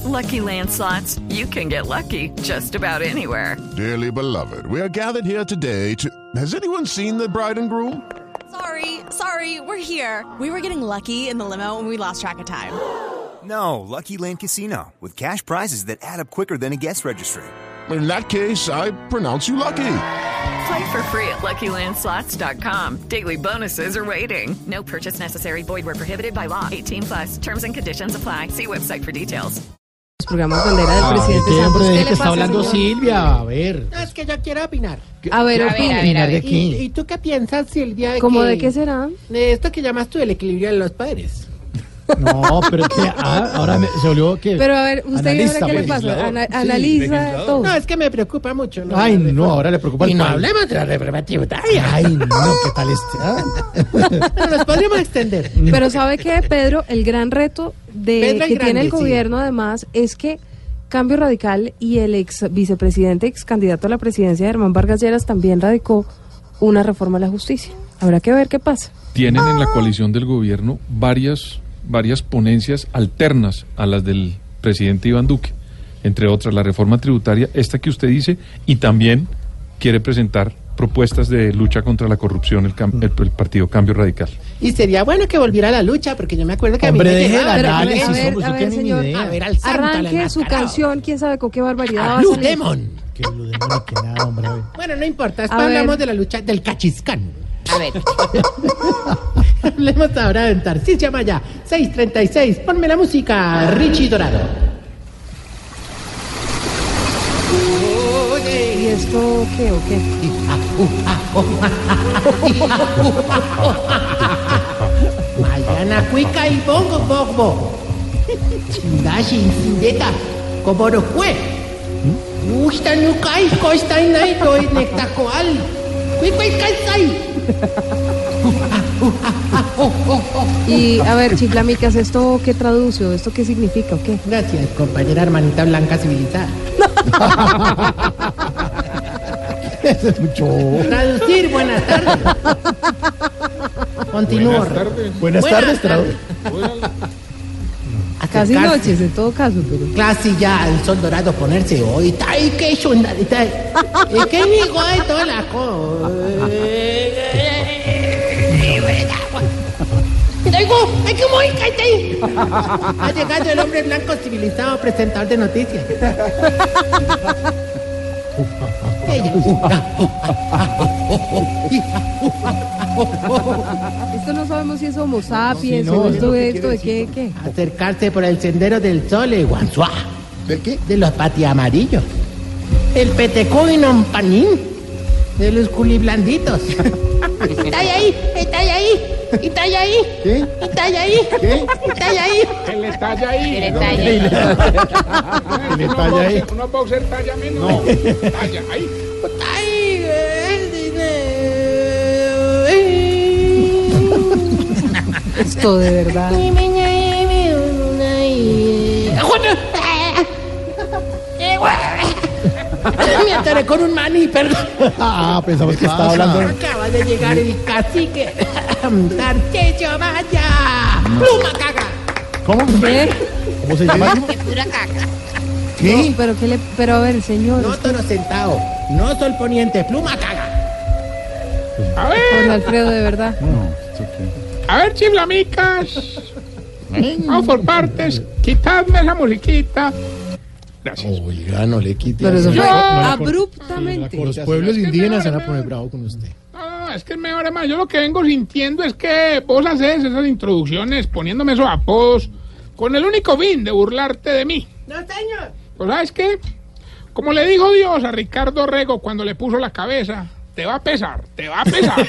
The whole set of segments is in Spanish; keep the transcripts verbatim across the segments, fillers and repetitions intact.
Lucky Land Slots, you can get lucky just about anywhere. Dearly beloved, we are gathered here today to... Has anyone seen the bride and groom? Sorry, sorry, we're here. We were getting lucky in the limo and we lost track of time. No, Lucky Land Casino, with cash prizes that add up quicker than a guest registry. In that case, I pronounce you lucky. Play for free at Lucky Land Slots dot com. Daily bonuses are waiting. No purchase necessary. Void where prohibited by law. eighteen plus. Terms and conditions apply. See website for details. Programa bandera del presidente Ay, Santos. ¿qué ¿Qué que le está pasa, hablando señor? Silvia? A ver. No, es que yo quiero opinar. A ver, A opine. ver, a ver, a ver. ¿De ¿Y, qué? ¿Y tú qué piensas, Silvia? De ¿Cómo que- de qué será? De esto que llamas tú el equilibrio de los poderes. No, pero que ah, ahora me, se volvió que. Pero a ver, ¿usted analista, ahora qué le pues. pasa? Ana- Sí, analiza legislador. todo. No, es que me preocupa mucho. ¿no? Ay, La no, reforma. ahora le preocupa Y el no país. hablemos de la reforma tributaria. Ay, no, ¿qué tal este? ah? Bueno, nos podríamos extender. Pero ¿sabe qué, Pedro? El gran reto de Pedro el que tiene el Grande, sí. gobierno, además, es que Cambio Radical y el ex vicepresidente, ex candidato a la presidencia, Germán Vargas Lleras, también radicó una reforma a la justicia. Habrá que ver qué pasa. Tienen en la coalición del gobierno varias, varias ponencias alternas a las del presidente Iván Duque, entre otras la reforma tributaria, esta que usted dice, y también quiere presentar propuestas de lucha contra la corrupción el, cam- el, el partido Cambio Radical. Y sería bueno que volviera a la lucha, porque yo me acuerdo que Hombre, a mí me deje llegaba- el Pero, análisis, a ver, hombre, a usted ver, tiene ni señor, idea. A ver, al santo, al arranque su enmascarado. canción, quién sabe con qué barbaridad va A a Blue salir. Demon. Que lo de no, que nada, hombre. a ver. Bueno, no importa, después A ver. hablamos de la lucha del Cachiscán. A ver. Hablemos ahora de Tarcisio Maya, seis treinta y seis. Ponme la música, Richie Dorado. ¿Y esto qué o qué? Mayana cuica y bongo bongo. Chingashi indeta, koboro fue. Usta nukai costa inai to nectacoal. Cuica y calzai. Y a ver, chiflamicas, ¿esto qué traduce o esto qué significa o qué? Gracias, compañera hermanita blanca civilizada. Eso es mucho. Traducir, buenas tardes. Continúo. Buenas tardes. Buenas, Buenas tardes, tradu- Casi Acercarse. noches, en todo caso, pero... Clase ya al sol dorado ponerse hoy. Tai que shunda, tai. Es que ni guay toda la cosa. ¡Ay, qué muy cállate! Ha llegado el hombre blanco civilizado, presentador de noticias. Esto no sabemos si es homo sapiens Sí, no, o es esto, lo que esto de quiere qué, qué. Acercarse por el sendero del sol, el guanzuá. ¿Del qué? De los patiamarillos. El petecoinon panín. De los culiblanditos. Está ahí, está ahí, está ahí. ¿Qué? Está ahí. ¿Qué? Está ahí. ¿Qué le talla ahí? ¿Qué le talla ahí? Unos boxer talla menos. No. Talla ahí. Está ahí. el dinero. Esto de verdad. Me atoré con un maní, perdón. Ah, pensamos que estaba hablando. Acaba de llegar el cacique. Tarcisio Maya. Pluma caga. ¿Cómo? ¿Qué? ¿Cómo se llama? ¿Qué? No, pero qué le, pero a ver, señor, No toro sentado. No sol poniente. Pluma caga. A ver, Jorge Alfredo, de verdad. a ver, chiflamicas. Vamos por partes. Quitadme esa musiquita. Gracias. Oiga, no le quite. Pero eso así. fue Yo- abruptamente. Los pueblos indígenas se van a poner bravos con usted. No, no, es que es mejor, hermano. Yo lo que vengo sintiendo es que vos haces esas introducciones poniéndome esos apodos con el único fin de burlarte de mí. No, señor. Pues, ¿sabes qué? Como le dijo Dios a Ricardo Rego cuando le puso la cabeza, te va a pesar, te va a pesar.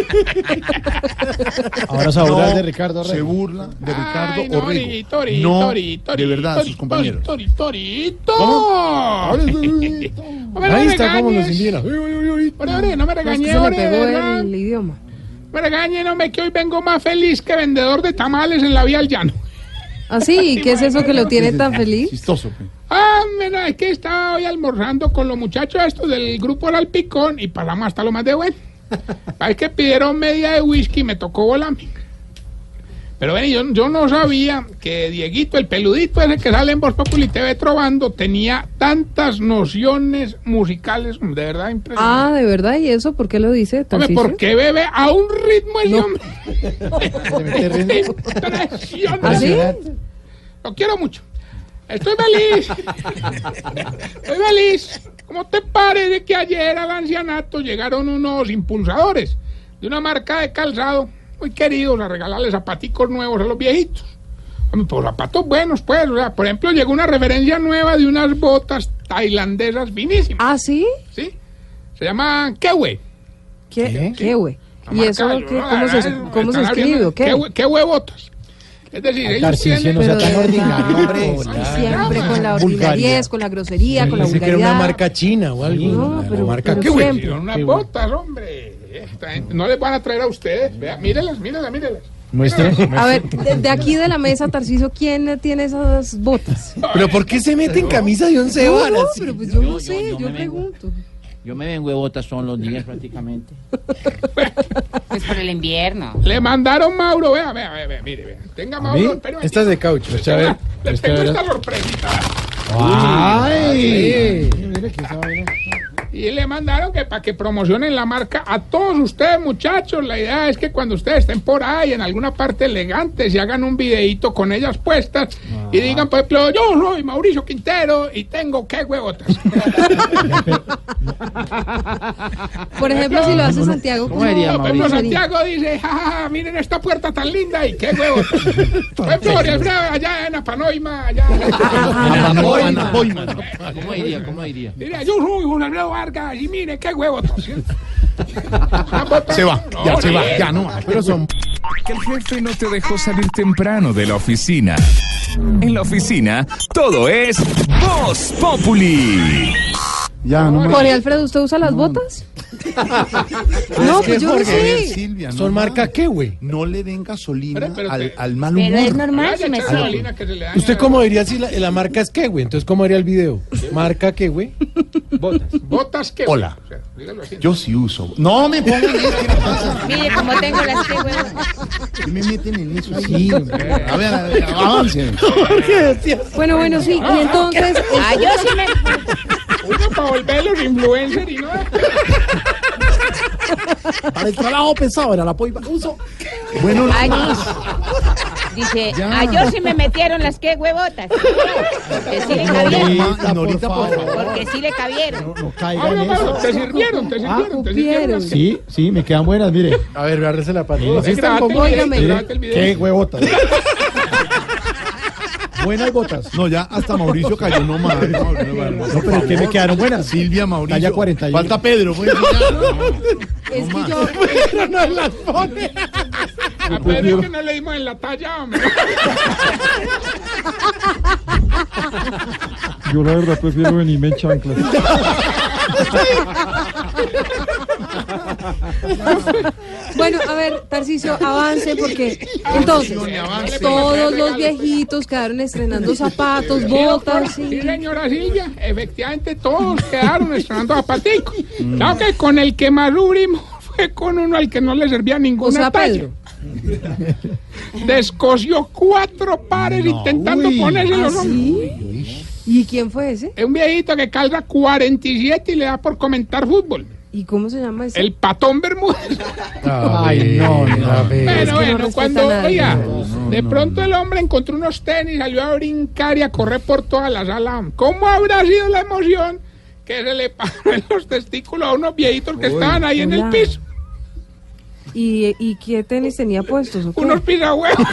Ahora se burla de Ricardo Rego. Se burla de Ricardo Ay, no, Orrego. ri, tori, No, tori, tori, de verdad, tori, sus compañeros. Tori, tori, tori, Ahora es- Hombre, no Ahí me está como los regañes. indígenas. Uy, uy, uy, uy. Hombre, hombre, no me No, es que regañe, se le hombre, de pegó verdad. el idioma. No me regañe, hombre, que hoy vengo más feliz que vendedor de tamales en la vía al llano. ¿Ah, sí? ¿Qué es eso que lo tiene tan feliz? Chistoso. pues. Ah, mira, es que estaba hoy almorzando con los muchachos estos del grupo El Alpicón y pasamos hasta lo más de bueno. Es que pidieron media de whisky y me tocó volarme. Pero ven, yo, yo no sabía que Dieguito, el peludito ese que sale en Voz Populi T V trovando, tenía tantas nociones musicales, de verdad impresionante. Ah, ¿de verdad? ¿Y eso por qué lo dice? Hombre, porque bebe a un ritmo ese No. hombre. Impresionante. ¿Ah, sí? Lo quiero mucho. Estoy feliz. Estoy feliz. ¿Cómo te parece que ayer al ancianato llegaron unos impulsadores de una marca de calzado muy queridos a regalarles zapaticos nuevos a los viejitos? Hombre, pues zapatos buenos, pues. O sea, por ejemplo, llegó una referencia nueva de unas botas tailandesas finísimas. ¿Ah, sí? ¿Sí? Se llaman Kewe. ¿Qué? ¿Qué, güey? La ¿Y marca, eso yo, qué, no, cómo se, están cómo se abriendo- escribe o qué? Kewe- Kewe botas. Es decir, ellos Tarcisio, tienen... no sea Pero tan de ordinario, verdad, hombre. siempre con la Vulgaridad. ordinariez, con la grosería, con la Dice que era vulgaridad. una marca china o algo. No, La pero- marca pero ¿qué, güey? siempre. Son unas Qué bueno. botas, hombre. Esta gente no les van a traer a ustedes. Vea, mírelas, mírelas, mírelas. Muestre. A ver, de, de aquí de la mesa, Tarcisio, ¿quién tiene esas botas? ¿Pero por qué se mete en camisa de once No, varas? no, pero pues yo Yo- no sé, yo- yo, yo me pregunto. Yo me vengo de botas todos los días prácticamente. Pues por el invierno. Le mandaron Mauro, vea, vea, vea, vea, mire, vea. Tenga ¿A mí? Mauro, pero Esta es de caucho. Muestra a ver. Le Muestra a tengo ver. esta sorpresita. ¡Ay! Mira que esa vaina. Y le mandaron que para que promocionen la marca a todos ustedes, muchachos. La idea es que cuando ustedes estén por ahí en alguna parte elegante, se hagan un videíto con ellas puestas y digan, por ejemplo, yo soy Mauricio Quintero y tengo qué huevotas. Por ejemplo, si lo hace Santiago, ¿cómo, ¿Cómo diría, Por ejemplo, Mauricio? Santiago dice, jajaja, miren esta puerta tan linda y qué huevotas. Por ejemplo, Jorge Alfredo, allá en Apanoima, allá. ¿Cómo diría? ¿Cómo diría? Diría, yo soy Jorge Alfredo Vargas y mire qué huevotas. Se va, ya se va, ya no. Pero son. Que el jefe no te dejó salir temprano de la oficina. En la oficina, todo es Voz Populi. Ya, no Jorge Alfredo, ¿usted usa las botas? No, pues yo no sé. Silvia, no, ¿Son marca no. qué, güey? No le den gasolina Pero, pero, al, pero- al mal Pero es humor. normal, Vaya, si me echa sale. gasolina que se le daña. ¿Usted cómo diría si la, la marca es qué, güey? Entonces, ¿cómo haría el video? ¿Marca qué, güey? Botas. Botas que... Hola. O sea, dígalo así. Yo sí uso. No me pongan eso, ¿qué le pasa? Mire cómo tengo las que huevos. ¿Qué me meten en eso? Sí. A ver, a ver, avancen. Bueno, bueno, sí. Y entonces, Ah, yo sí me... Uno para volverlos influencer y no... Para el trabajo pesado era la poiva. Uso. Bueno, Ay, dice, Ya. a yo sí me metieron las que huevotas. Porque sí le cabieron. Norita, Norita, por favor. Porque sí le cabieron. No caigan Ahora, en Mauro, eso. te sirvieron, te sirvieron, te sirvieron. cupieron. las- Sí, sí, me quedan buenas, mire. A ver, agárrese la pata. Sí, Sí, están grábate el como- video, Óigame. grábate el video. ¿Qué huevotas? Buenas botas. No, ya hasta Mauricio cayó, no más. No, No, pero que me quedaron buenas. Silvia, Mauricio. Talla cuarenta y uno. Falta Pedro, pues. ya. es que yo... Pero no las pone. A Pedro que no le dimos en la talla, hombre. Yo la verdad prefiero venirme en chanclas. Bueno, a ver, Tarcisio, avance porque entonces todos los viejitos quedaron estrenando zapatos, botas Sí, y... señora Silvia, efectivamente todos quedaron estrenando zapaticos. Claro que con el que más sufrimos fue con uno al que no le servía ninguna O sea, talla. Pedro. Descosió cuatro pares intentando uy. ponérselos. ¿Ah, hombre. sí? ¿Y quién fue ese? Es un viejito que calza cuarenta y siete y le da por comentar fútbol. ¿Y cómo se llama ese? El patón Bermúdez. Ay, no, no, a ver. Pero Es que no bueno, respeta cuando, a nadie. oiga, No, de no, pronto el hombre encontró unos tenis, salió a brincar y a correr por toda la sala. ¿Cómo habrá sido la emoción que se le paró en los testículos a unos viejitos que estaban ahí en el hola. piso? ¿Y, ¿Y qué tenis tenía puestos? ¿O qué? Unos pisahuevos.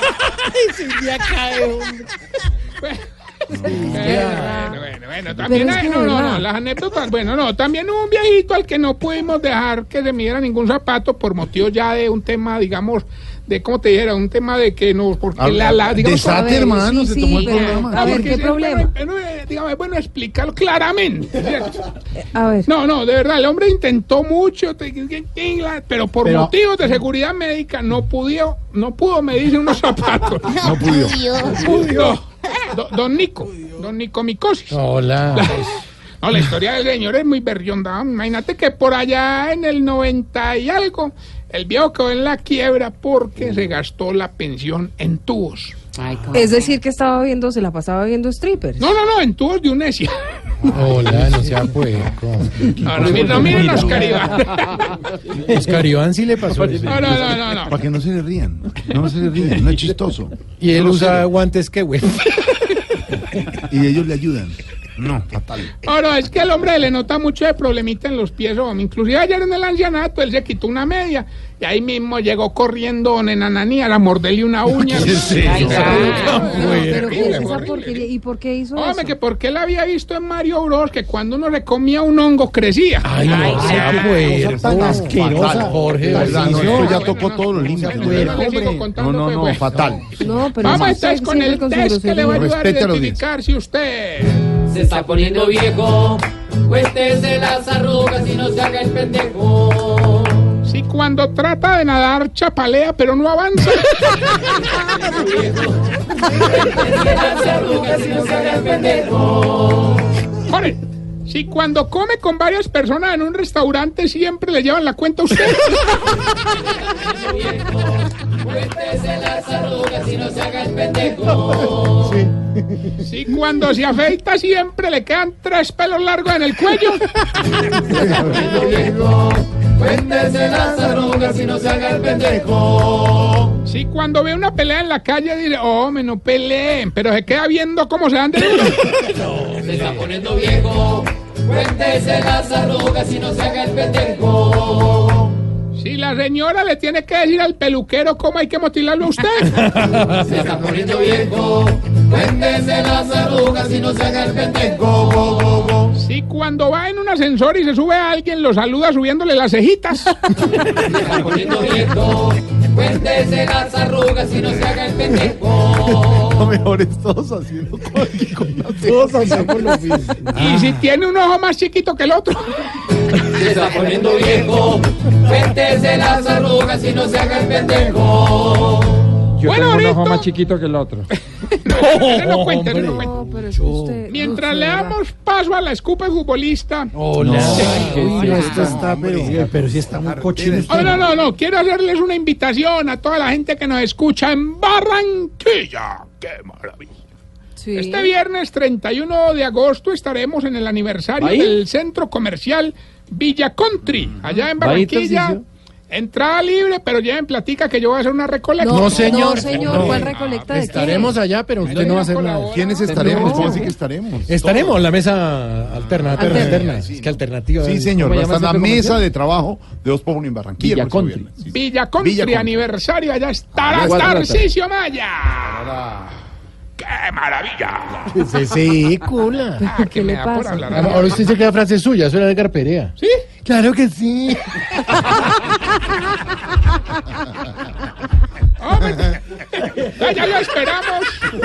verdad. Bueno, bueno, bueno, también Pero es hay, que no, de no, verdad. no, las anécdotas, bueno, no, también hubo un viejito al que no pudimos dejar que se midiera ningún zapato por motivo ya de un tema, digamos, de, ¿cómo te dijera? Un tema de que no, porque la, la, digamos, Desate, A ver, hermano, sí, se sí, tomó el pero- programa. a ver, porque ¿qué es problema? bueno, bueno, digamos, es bueno explicarlo claramente, ¿cierto? A ver. No, no, de verdad, el hombre intentó mucho, te- pero por Pero- motivos de seguridad médica no pudo, no pudo medirse unos zapatos. No pudo. No pudo. Do- Don Nico, don Nico Micosis. Hola. No, la historia del señor es muy berrionda. Imagínate que por allá en el noventa y algo, El viejo quedó en la quiebra porque se gastó la pensión en tubos. Ay, Es decir, que estaba viendo, se la pasaba viendo strippers. No, no, no, en tubos de Unesia. Hola, no sea puerco. No, no, no miren a Oscar Iván. Oscar Iván sí le pasó eso. No, no, no, no, no. Para que no se le rían. No se le rían, no es chistoso. Y él Solo usa serio. guantes que, güey. Y ellos le ayudan. No, fatal. No, no, es que al hombre le nota mucho de problemita en los pies, hombre. Inclusive ayer en el ancianato él se quitó una media y ahí mismo llegó corriendo don Enananías a morderle una uña. ¿Qué es eso? Ay, No, ay, pero ¿qué es esa horrible. porquería? ¿Y por qué hizo Hombre, eso? que porque él había visto en Mario Bros que cuando uno se comía un hongo crecía. Ay, no sea puerco. Tan Asquerosa, fatal. Jorge. Verdad, no, Tarcisio. esto ya tocó todos los límites. Yo le sigo contando, No, no, pues, no, pues. fatal. No, pero Vamos sí, entonces con siempre el con su test que le va a ayudar a Respete a la identificar si usted... Se está poniendo viejo, cuéntese las arrugas y no se haga el pendejo. Si cuando trata de nadar chapalea pero no avanza. Cuéntese las arrugas y no se haga el pendejo. Jorge, si cuando come con varias personas en un restaurante siempre le llevan la cuenta a usted. Cuéntese las arrugas y no se haga el pendejo. Si cuando se afeita siempre le quedan tres pelos largos en el cuello. Cuéntese las arrugas y no se haga el pendejo. Si cuando ve una pelea en la calle dice, oh, me no peleen, pero se queda viendo cómo se dan de duro. Se está poniendo viejo, cuéntese las arrugas y no se haga el pendejo. Si la señora le tiene que decir al peluquero cómo hay que motilarlo a usted. Se está poniendo viejo, cuéntese las arrugas y no se haga el pendejo. Si cuando va en un ascensor y se sube a alguien lo saluda subiéndole las cejitas. Se está poniendo viejo, cuéntese las arrugas y no se haga el pendejo. Lo mejor es todos haciendo cualquier cosa. Todos hacemos lo mismo. Y si tiene un ojo más chiquito que el otro. Se está poniendo viejo, cuéntese las arrugas y no se haga el pendejo. Yo Bueno, tengo un ojo ahorita- más chiquito que el otro. No, no cuente, no cuente. No, pero es que usted... Mientras usted le era- damos paso a la escupa futbolista. Hola. qué Uy, no, feo. esto está, pero, pero sí está muy cochino. Oh, no, no, no, quiero hacerles una invitación a toda la gente que nos escucha en Barranquilla. ¡Qué maravilla! Sí. Este viernes treinta y uno de agosto estaremos en el aniversario ¿Ahí? del centro comercial Villa Country, allá en ¿Va ahí, Barranquilla. Tarcisio? Entrada libre, pero lleven platica que yo voy a hacer una recolecta. No, señor. No, señor, No. ¿cuál recolecta de qué? Estaremos allá, pero usted no va a hacer nada. ¿Quiénes estaremos? No. ¿Cómo así que estaremos? Estaremos en la mesa alterna, alterna, Alterna. alterna. Es que alternativa. Sí, señor. ¿cómo Va a llama estar la ese mesa comercial? de trabajo de Voz Populi en Barranquilla. Villa el próximo Country. viernes. Sí. Villa Country, Villa Country. aniversario, allá estará Allá estará. Tarcisio Maya. ¡Qué maravilla! Sí, sí, cula. Ah, ¿Qué me le da por pasa? hablar. Ahora usted se queda frase suya, eso era de Garperea. ¿Sí? Claro que sí. Hombre, allá lo esperamos.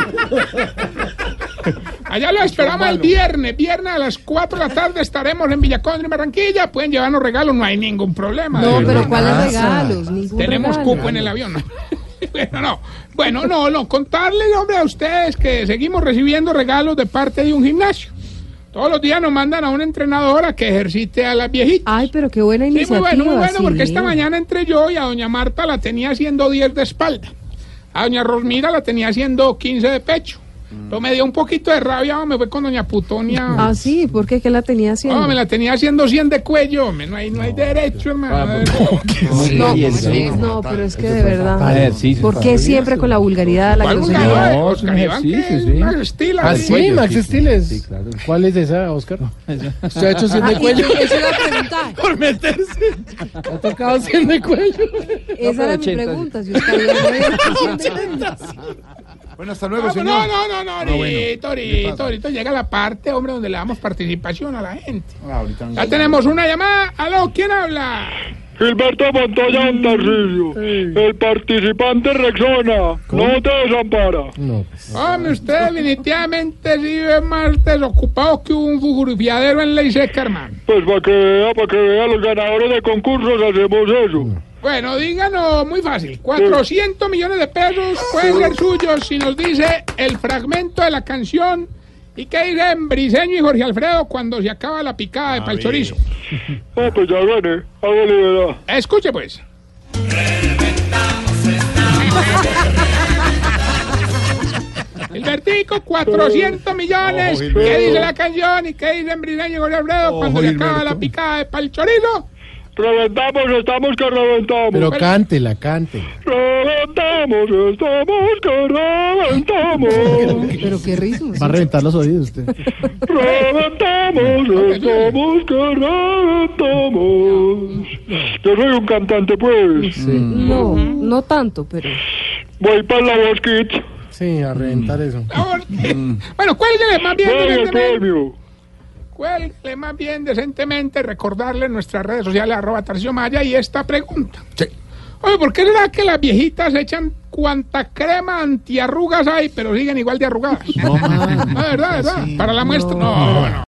Allá lo esperamos el viernes. Viernes a las cuatro de la tarde estaremos en Villa Country, Barranquilla. Pueden llevarnos regalos, no hay ningún problema. No, Eh, pero ¿cuáles pasa? regalos? Ningún Tenemos regalo. cupo en el avión. Bueno, no. Bueno, no, no. Contarles, hombre, a ustedes que seguimos recibiendo regalos de parte de un gimnasio. Todos los días nos mandan a una entrenadora que ejercite a las viejitas. Ay, pero qué buena Sí, muy iniciativa. bueno, muy bueno, sí. porque esta mañana entré yo y a doña Marta la tenía haciendo diez de espalda. A doña Rosmira la tenía haciendo quince de pecho. Entonces me dio un poquito de rabia, me fue con doña Putonia. Ah, sí, ¿por qué? ¿Qué la tenía haciendo? No, me la tenía haciendo cien de cuello, hombre, no hay, no hay derecho, hermano. No, Sí, sí, no, pero es que de verdad. ejercicio, ¿Por qué siempre con la vulgaridad, la ¿Cuál grosería? vulgaridad? No, es un Oscar Iván, ¿qué? ejercicio, sí. Max Steel, Ah, así. sí, Max sí, Stiles. sí, claro. ¿Cuál es esa, Oscar? ¿Usted ha hecho cien Ah, de y cuello? eso iba a preguntar. Por meterse. Ha tocado cien de cuello. Esa era mi ochenta. pregunta. Si Oscar Iván no había hecho cien de cuello. Bueno, hasta luego, No, señor. no, no, no, no, Ah, bueno. ahorita, ahorita, ahorita llega la parte, hombre, donde le damos participación a la gente. Ah, ahorita no. Ya tenemos una llamada. Aló, ¿quién habla? Gilberto Montoya Tarcisio, el participante Rexona, no te desampara. No. Hombre, usted definitivamente sí ve más desocupado que un fugurifiadero en ley seca, hermano. Pues para que vea, para que vea, los ganadores de concursos hacemos eso. Bueno, díganos, muy fácil. cuatrocientos millones de pesos pueden ser suyos si nos dice el fragmento de la canción y qué dicen Briseño y Jorge Alfredo cuando se acaba la picada de palchorizo. Ah, pues ya gané, hágale, verdad. Escuche, pues. Gilbertico, cuatrocientos millones. Ojo, ¿Qué Gilberto. dice la canción y qué dice en Briseño y Jorge Alfredo Ojo, cuando le acaba Gilberto. la picada de pal chorizo? Reventamos, estamos que reventamos. Pero cántela, cante. Reventamos, estamos que reventamos. Pero qué ritmo. Va a reventar los oídos usted. Reventamos, estamos que reventamos. Yo soy un cantante, pues. No, no tanto, pero... Voy para la Voz Kids. Sí, a reventar eso. Bueno, cuélguele más bien Voy al decentemente. premio. Cuélguele más bien decentemente. Recordarle en nuestras redes sociales, arroba Tarcisio Maya, y esta pregunta. Sí. Oye, ¿por qué será que las viejitas echan cuanta crema antiarrugas hay, pero siguen igual de arrugadas? No, man. No, verdad, verdad. Sí. Para la muestra. No. No, no.